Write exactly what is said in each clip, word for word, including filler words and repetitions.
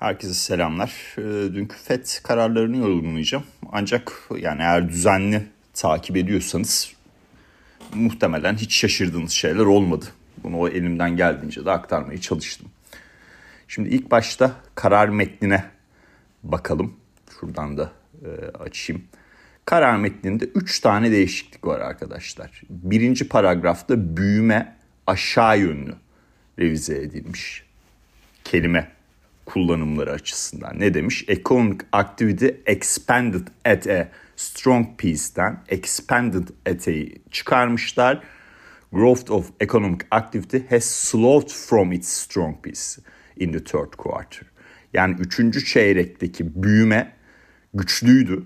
Herkese selamlar. Ee, Dünkü F E D kararlarını yorumlayacağım. Ancak yani eğer düzenli takip ediyorsanız muhtemelen hiç şaşırdığınız şeyler olmadı. Bunu o elimden geldiğince de aktarmaya çalıştım. Şimdi ilk başta karar metnine bakalım. Şuradan da e, açayım. Karar metninde üç tane değişiklik var arkadaşlar. Birinci paragrafta büyüme aşağı yönlü revize edilmiş. Kelime kullanımları açısından ne demiş? Economic activity expanded at a strong pace'ten expanded at'ı çıkarmışlar. Growth of economic activity has slowed from its strong pace in the third quarter. Yani üçüncü çeyrekteki büyüme güçlüydü.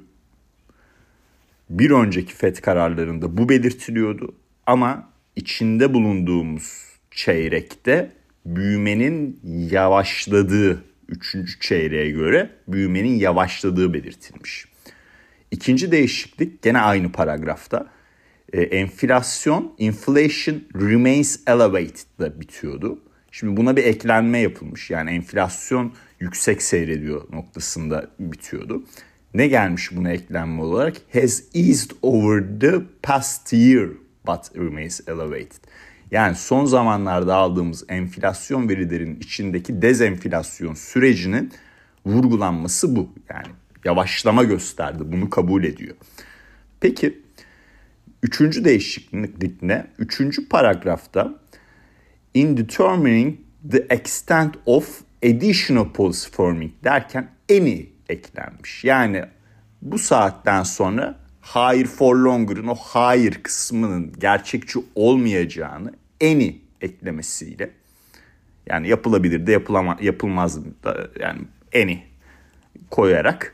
Bir önceki F E D kararlarında bu belirtiliyordu. Ama içinde bulunduğumuz çeyrekte büyümenin yavaşladığı, üçüncü çeyreğe göre büyümenin yavaşladığı belirtilmiş. İkinci değişiklik gene aynı paragrafta. E, enflasyon, inflation remains elevated da bitiyordu. Şimdi buna bir eklenme yapılmış. Yani enflasyon yüksek seyrediyor noktasında bitiyordu. Ne gelmiş buna eklenme olarak? Has eased over the past year but remains elevated. Yani son zamanlarda aldığımız enflasyon verilerinin içindeki dezenflasyon sürecinin vurgulanması bu. Yani yavaşlama gösterdi, bunu kabul ediyor. Peki üçüncü değişiklik ne? Üçüncü paragrafta in determining the extent of additional policy firming derken any eklenmiş. Yani bu saatten sonra higher for longer'ın o higher kısmının gerçekçi olmayacağını any eklemesiyle, yani yapılabilir de yapılama, yapılmaz da, yani any koyarak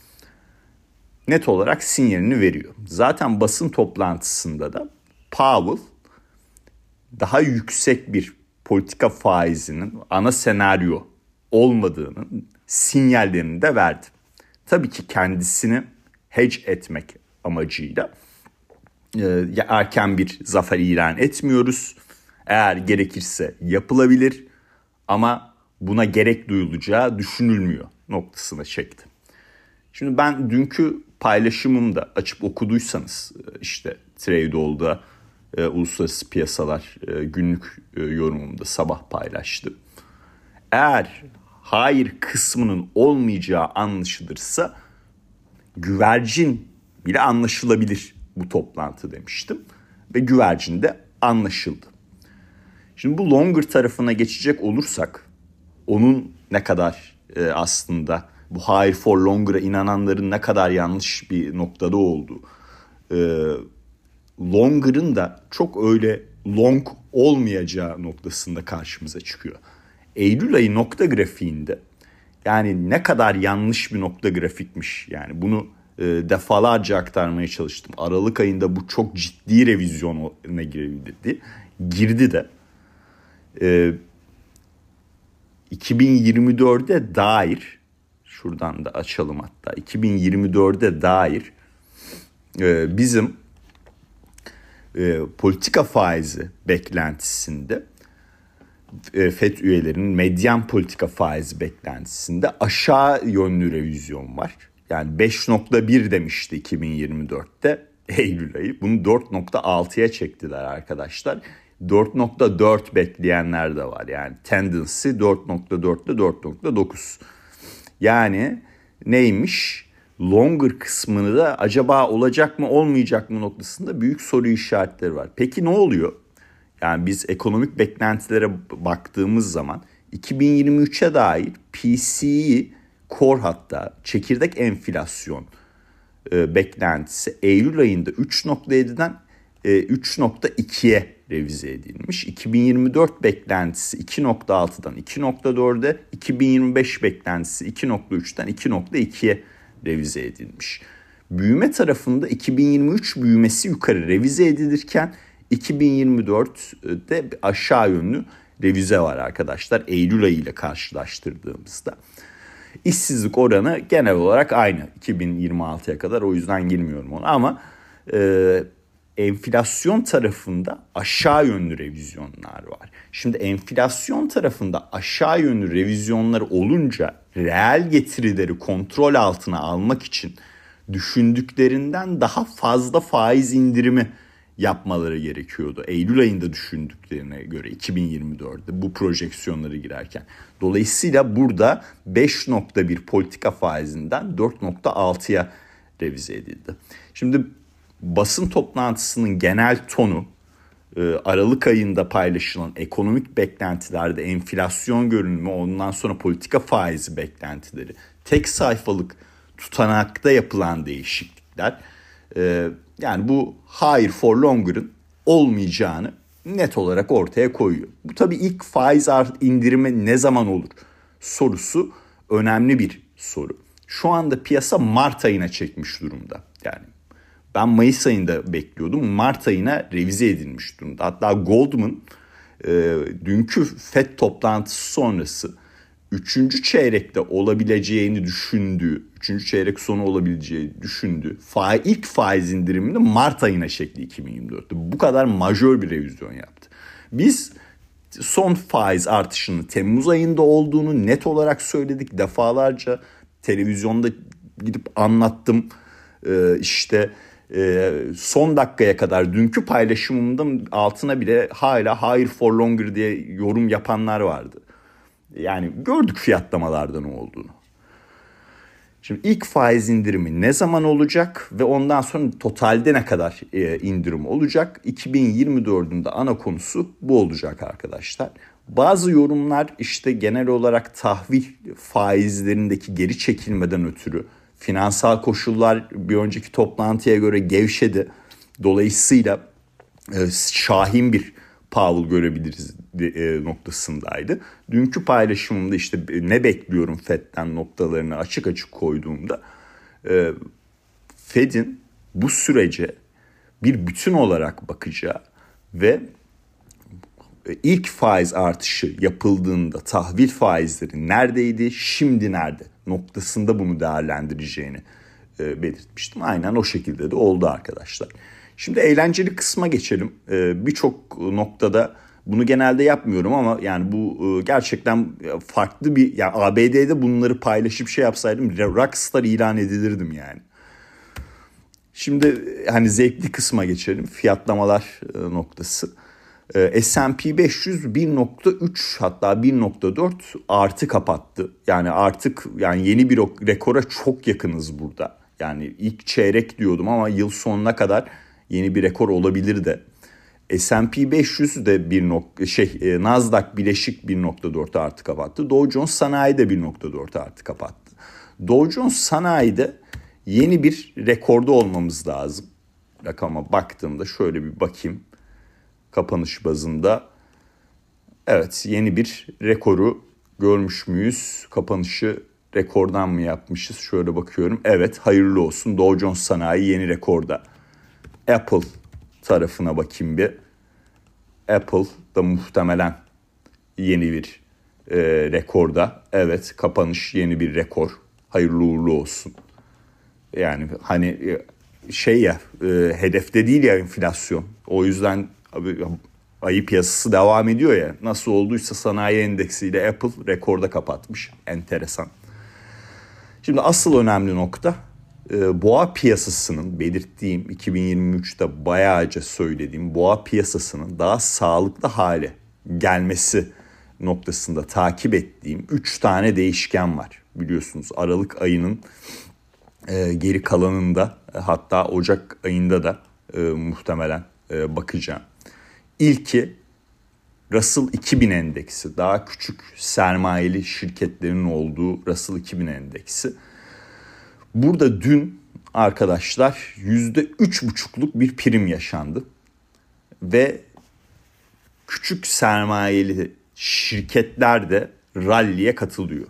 net olarak sinyalini veriyor. Zaten basın toplantısında da Powell daha yüksek bir politika faizinin ana senaryo olmadığının sinyallerini de verdi. Tabii ki kendisini hedge etmek amacıyla e, erken bir zafer ilan etmiyoruz. Eğer gerekirse yapılabilir ama buna gerek duyulacağı düşünülmüyor noktasına çekti. Şimdi ben dünkü paylaşımımda açıp okuduysanız işte Tradeall'da e, uluslararası piyasalar e, günlük e, yorumumda sabah paylaştım. Eğer hayır kısmının olmayacağı anlaşılırsa güvercin bile anlaşılabilir bu toplantı demiştim. Ve güvercin de anlaşıldı. Şimdi bu longer tarafına geçecek olursak onun ne kadar e, aslında bu higher for longer'a inananların ne kadar yanlış bir noktada olduğu. E, longer'ın da çok öyle long olmayacağı noktasında karşımıza çıkıyor. Eylül ayı nokta grafiğinde yani ne kadar yanlış bir nokta grafikmiş. Yani bunu e, defalarca aktarmaya çalıştım. Aralık ayında bu çok ciddi revizyona girebilirdi. Girdi de. E, iki bin yirmi dörde dair, şuradan da açalım hatta. iki bin yirmi dörde dair e, bizim e, politika faizi beklentisinde F E D üyelerinin medyan politika faizi beklentisinde aşağı yönlü revizyon var. Yani beş nokta bir demişti iki bin yirmi dörtte Eylül ayı. Bunu dört nokta altıya çektiler arkadaşlar. dört nokta dört bekleyenler de var. Yani tendency dört nokta dört ile dört nokta dokuz. Yani neymiş? Longer kısmını da acaba olacak mı olmayacak mı noktasında büyük soru işaretleri var. Peki ne oluyor? Yani biz ekonomik beklentilere baktığımız zaman iki bin yirmi üçe dair P C E core, hatta çekirdek enflasyon e, beklentisi Eylül ayında üç nokta yediden e, üç nokta ikiye revize edilmiş. iki bin yirmi dört beklentisi iki nokta altıdan iki nokta dörde, iki bin yirmi beş beklentisi iki nokta üçten iki nokta ikiye revize edilmiş. Büyüme tarafında iki bin yirmi üç büyümesi yukarı revize edilirken iki bin yirmi dörtte aşağı yönlü revize var arkadaşlar Eylül ayı ile karşılaştırdığımızda. İşsizlik oranı genel olarak aynı iki bin yirmi altıya kadar, o yüzden girmiyorum ona, ama e, enflasyon tarafında aşağı yönlü revizyonlar var. Şimdi enflasyon tarafında aşağı yönlü revizyonlar olunca reel getirileri kontrol altına almak için düşündüklerinden daha fazla faiz indirimi yapmaları gerekiyordu. Eylül ayında düşündüklerine göre iki bin yirmi dörtte bu projeksiyonları girerken. Dolayısıyla burada beş nokta bir politika faizinden dört nokta altıya revize edildi. Şimdi basın toplantısının genel tonu, Aralık ayında paylaşılan ekonomik beklentilerde enflasyon görünümü, ondan sonra politika faizi beklentileri, tek sayfalık tutanakta yapılan değişiklikler, yani bu higher for longer'ın olmayacağını net olarak ortaya koyuyor. Bu tabii ilk faiz indirimi ne zaman olur sorusu önemli bir soru. Şu anda piyasa Mart ayına çekmiş durumda. Yani ben Mayıs ayında bekliyordum. Mart ayına revize edilmiş durumda. Hatta Goldman e, dünkü Fed toplantısı sonrası üçüncü çeyrekte olabileceğini düşündüğü, üçüncü çeyrek sonu olabileceğini düşündüğü faiz, ilk faiz indirimini Mart ayına çekti iki bin yirmi dörtte. Bu kadar majör bir revizyon yaptı. Biz son faiz artışının Temmuz ayında olduğunu net olarak söyledik. Defalarca televizyonda gidip anlattım. Ee, işte e, son dakikaya kadar dünkü paylaşımımda altına bile hala higher for longer diye yorum yapanlar vardı. Yani gördük fiyatlamalarda ne olduğunu. Şimdi ilk faiz indirimi ne zaman olacak ve ondan sonra totalde ne kadar e, indirim olacak? iki bin yirmi dördün de ana konusu bu olacak arkadaşlar. Bazı yorumlar işte genel olarak tahvil faizlerindeki geri çekilmeden ötürü finansal koşullar bir önceki toplantıya göre gevşedi. Dolayısıyla e, şahin bir Powell görebiliriz e, noktasındaydı. Dünkü paylaşımımda işte ne bekliyorum Fed'den noktalarını açık açık koyduğumda e, Fed'in bu sürece bir bütün olarak bakacağı ve ilk faiz artışı yapıldığında tahvil faizleri neredeydi, şimdi nerede noktasında bunu değerlendireceğini e, belirtmiştim. Aynen o şekilde de oldu arkadaşlar. Şimdi eğlenceli kısma geçelim. Ee, Birçok noktada bunu genelde yapmıyorum ama yani bu e, gerçekten farklı bir, yani A B D'de bunları paylaşıp şey yapsaydım rockstar ilan edilirdim yani. Şimdi hani zevkli kısma geçelim. Fiyatlamalar e, noktası. E, S and P beş yüz bir nokta üç hatta bir nokta dört artı kapattı. Yani artık yani yeni bir rekora çok yakınız burada. Yani ilk çeyrek diyordum ama yıl sonuna kadar yeni bir rekor olabilir de. S and P beş yüz de bir nokta şey Nasdaq Bileşik bir nokta dört artı kapattı. Dow Jones Sanayi de bir nokta dört artı kapattı. Dow Jones Sanayi'de yeni bir rekorda olmamız lazım. Rakama baktığımda şöyle bir bakayım. Kapanış bazında. Evet, yeni bir rekoru görmüş müyüz? Kapanışı rekordan mı yapmışız? Şöyle bakıyorum. Evet, hayırlı olsun. Dow Jones Sanayi yeni rekorda. Apple tarafına bakayım bir. Apple da muhtemelen yeni bir e, rekorda. Evet, kapanış yeni bir rekor. Hayırlı uğurlu olsun. Yani hani şey ya e, hedefte değil ya enflasyon. O yüzden abi, ayı piyasası devam ediyor ya. Nasıl olduysa sanayi endeksiyle Apple rekorda kapatmış. Enteresan. Şimdi asıl önemli nokta e, boğa piyasasının, belirttiğim iki bin yirmi üçte bayağıca söylediğim boğa piyasasının daha sağlıklı hale gelmesi noktasında takip ettiğim üç tane değişken var. Biliyorsunuz Aralık ayının e, geri kalanında e, hatta Ocak ayında da e, muhtemelen e, bakacağım. İlki Russell iki bin endeksi, daha küçük sermayeli şirketlerin olduğu Russell iki bin endeksi. Burada dün arkadaşlar yüzde üç buçukluk bir prim yaşandı ve küçük sermayeli şirketler de rally'e katılıyor.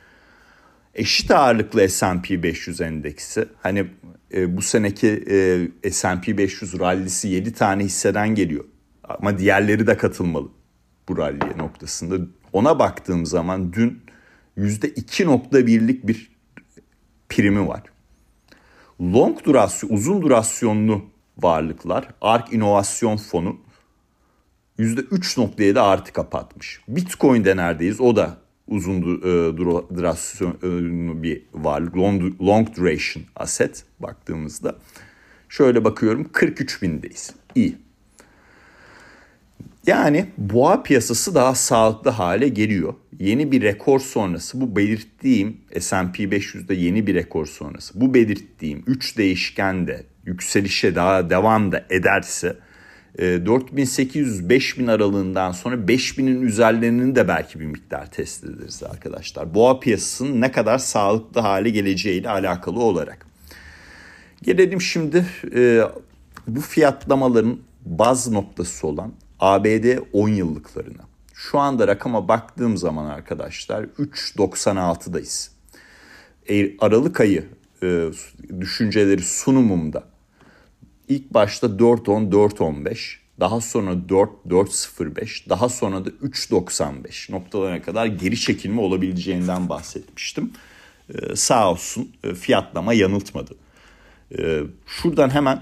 Eşit ağırlıklı S and P beş yüz endeksi, hani e, bu seneki e, S and P beş yüz rally'si yedi tane hisseden geliyor. Ama diğerleri de katılmalı bu rally'e noktasında. Ona baktığım zaman dün yüzde iki nokta birlik bir primi var. Long durasyon, uzun durasyonlu varlıklar, Ark İnovasyon Fonu yüzde üç nokta yedi artı kapatmış. Bitcoin'de neredeyiz? O da uzun e, durasyonlu bir varlık. Long, long duration asset baktığımızda. Şöyle bakıyorum kırk üç bindeyiz. İyi. Yani boğa piyasası daha sağlıklı hale geliyor. Yeni bir rekor sonrası bu belirttiğim S and P beş yüzde yeni bir rekor sonrası. Bu belirttiğim üç değişken de yükselişe daha devam da ederse dört bin sekiz yüz beş bin aralığından sonra beş binin üzerlerinin de belki bir miktar test ederiz arkadaşlar. Boğa piyasasının ne kadar sağlıklı hale geleceğiyle alakalı olarak. Gelelim şimdi e, bu fiyatlamaların baz noktası olan A B D on yıllıklarına. Şu anda rakama baktığım zaman arkadaşlar üç virgül doksan altıdayız. Aralık ayı e, düşünceleri sunumumda ilk başta dört on dört on beş, daha sonra dört dört sıfır beş, daha sonra da üç virgül doksan beş noktalarına kadar geri çekilme olabileceğinden bahsetmiştim. Ee, sağ olsun fiyatlama yanıltmadı. Ee, şuradan hemen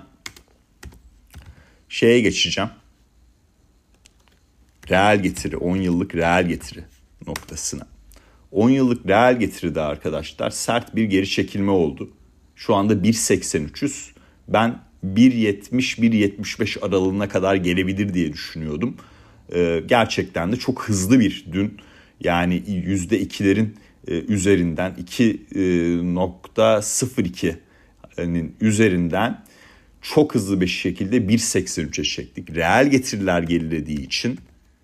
şeye geçeceğim. Reel getiri, on yıllık reel getiri noktasına. on yıllık reel getiride arkadaşlar sert bir geri çekilme oldu. Şu anda bir virgül seksen üçüz. Ben bir virgül yetmiş bir virgül yetmiş beş aralığına kadar gelebilir diye düşünüyordum. Ee, gerçekten de çok hızlı bir dün, yani yüzde ikilerin e, üzerinden iki virgül sıfır ikinin üzerinden çok hızlı bir şekilde bir virgül seksen üçe çektik. Reel getiriler gerilediği için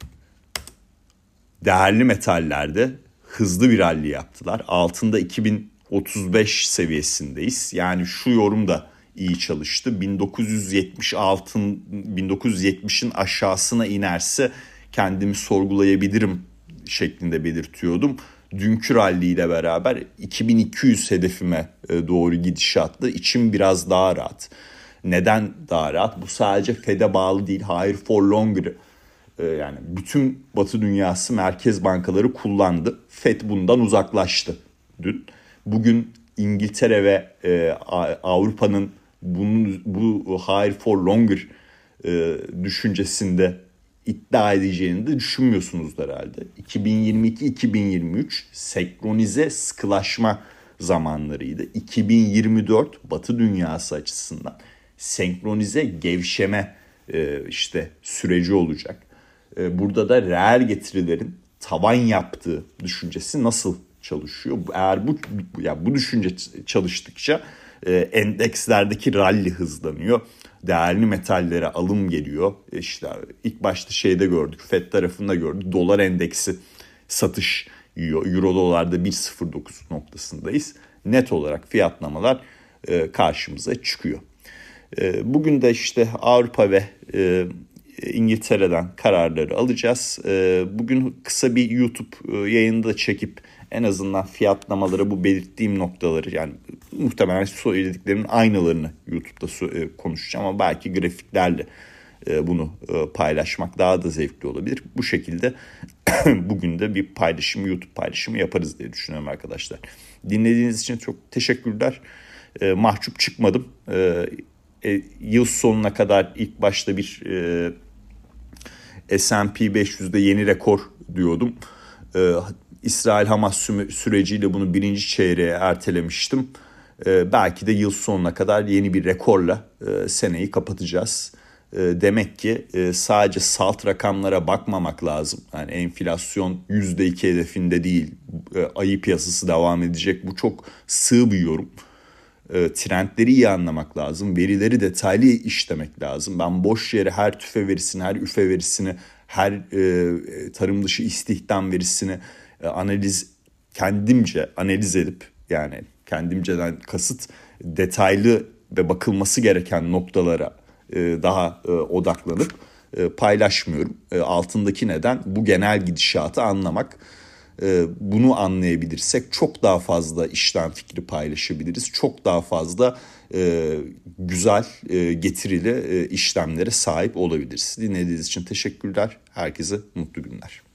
değerli metallerde hızlı bir rally yaptılar. Altında iki bin otuz beş seviyesindeyiz. Yani şu yorum da iyi çalıştı. bin dokuz yüz yetmiş altı bin dokuz yüz yetmişin aşağısına inerse kendimi sorgulayabilirim şeklinde belirtiyordum. Dünkü rally ile beraber iki bin iki yüz hedefime doğru gidişatlı. İçim biraz daha rahat. Neden daha rahat? Bu sadece Fed'e bağlı değil. Higher for longer. Yani bütün Batı dünyası merkez bankaları kullandı. Fed bundan uzaklaştı dün. Bugün İngiltere ve e, Avrupa'nın bunun, bu higher for longer e, düşüncesinde iddia edeceğini de düşünmüyorsunuz herhalde. iki bin yirmi iki iki bin yirmi üç senkronize sıkılaşma zamanlarıydı. iki bin yirmi dört Batı dünyası açısından senkronize gevşeme e, işte süreci olacak. E, burada da reel getirilerin tavan yaptığı düşüncesi nasıl çalışıyor? Eğer bu ya bu düşünce çalıştıkça e, endekslerdeki rally hızlanıyor. Değerli metallere alım geliyor. E işte ilk başta şeyde gördük, Fed tarafında gördük. Dolar endeksi satış yiyor. Euro dolarda bir virgül sıfır dokuz noktasındayız. Net olarak fiyatlamalar e, karşımıza çıkıyor. E, bugün de işte Avrupa ve e, İngiltere'den kararları alacağız. E, bugün kısa bir YouTube yayını da çekip en azından fiyatlamaları, bu belirttiğim noktaları, yani muhtemelen söylediklerimin aynılarını YouTube'da konuşacağım ama belki grafiklerle bunu paylaşmak daha da zevkli olabilir. Bu şekilde bugün de bir paylaşım, YouTube paylaşımı yaparız diye düşünüyorum arkadaşlar. Dinlediğiniz için çok teşekkürler. Mahcup çıkmadım. Yıl sonuna kadar ilk başta bir S and P beş yüzde yeni rekor diyordum. İsrail-Hamas süreciyle bunu birinci çeyreğe ertelemiştim. Ee, belki de yıl sonuna kadar yeni bir rekorla e, seneyi kapatacağız. E, demek ki e, sadece salt rakamlara bakmamak lazım. Yani enflasyon yüzde iki hedefinde değil. E, ayı piyasası devam edecek. Bu çok sığ bir yorum. E, trendleri iyi anlamak lazım. Verileri detaylı işlemek lazım. Ben boş yere her tüfe verisini, her üfe verisini, her e, tarım dışı istihdam verisini analiz kendimce analiz edip, yani kendimceden kasıt detaylı ve bakılması gereken noktalara daha odaklanıp paylaşmıyorum. Altındaki neden bu genel gidişatı anlamak. Bunu anlayabilirsek çok daha fazla işlem fikri paylaşabiliriz. Çok daha fazla güzel getirili işlemlere sahip olabiliriz. Dinlediğiniz için teşekkürler. Herkese mutlu günler.